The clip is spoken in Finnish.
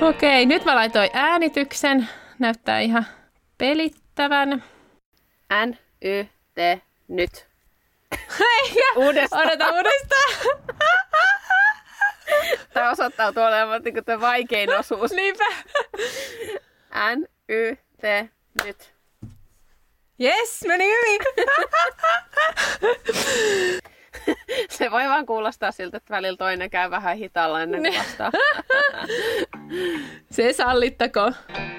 Okei, nyt mä laitoin äänityksen. Näyttää ihan pelittävän. N-Y-T, nyt. Uudestaan. Odota uudestaan. Tämä osoittautuu olemaan niin vaikein osuus. Niinpä. N-Y-T, nyt. Jes, meni hyvin. Se voi vaan kuulostaa siltä, että välillä toinen käy vähän hitaalla ennen kuin vastaa. Se sallittako.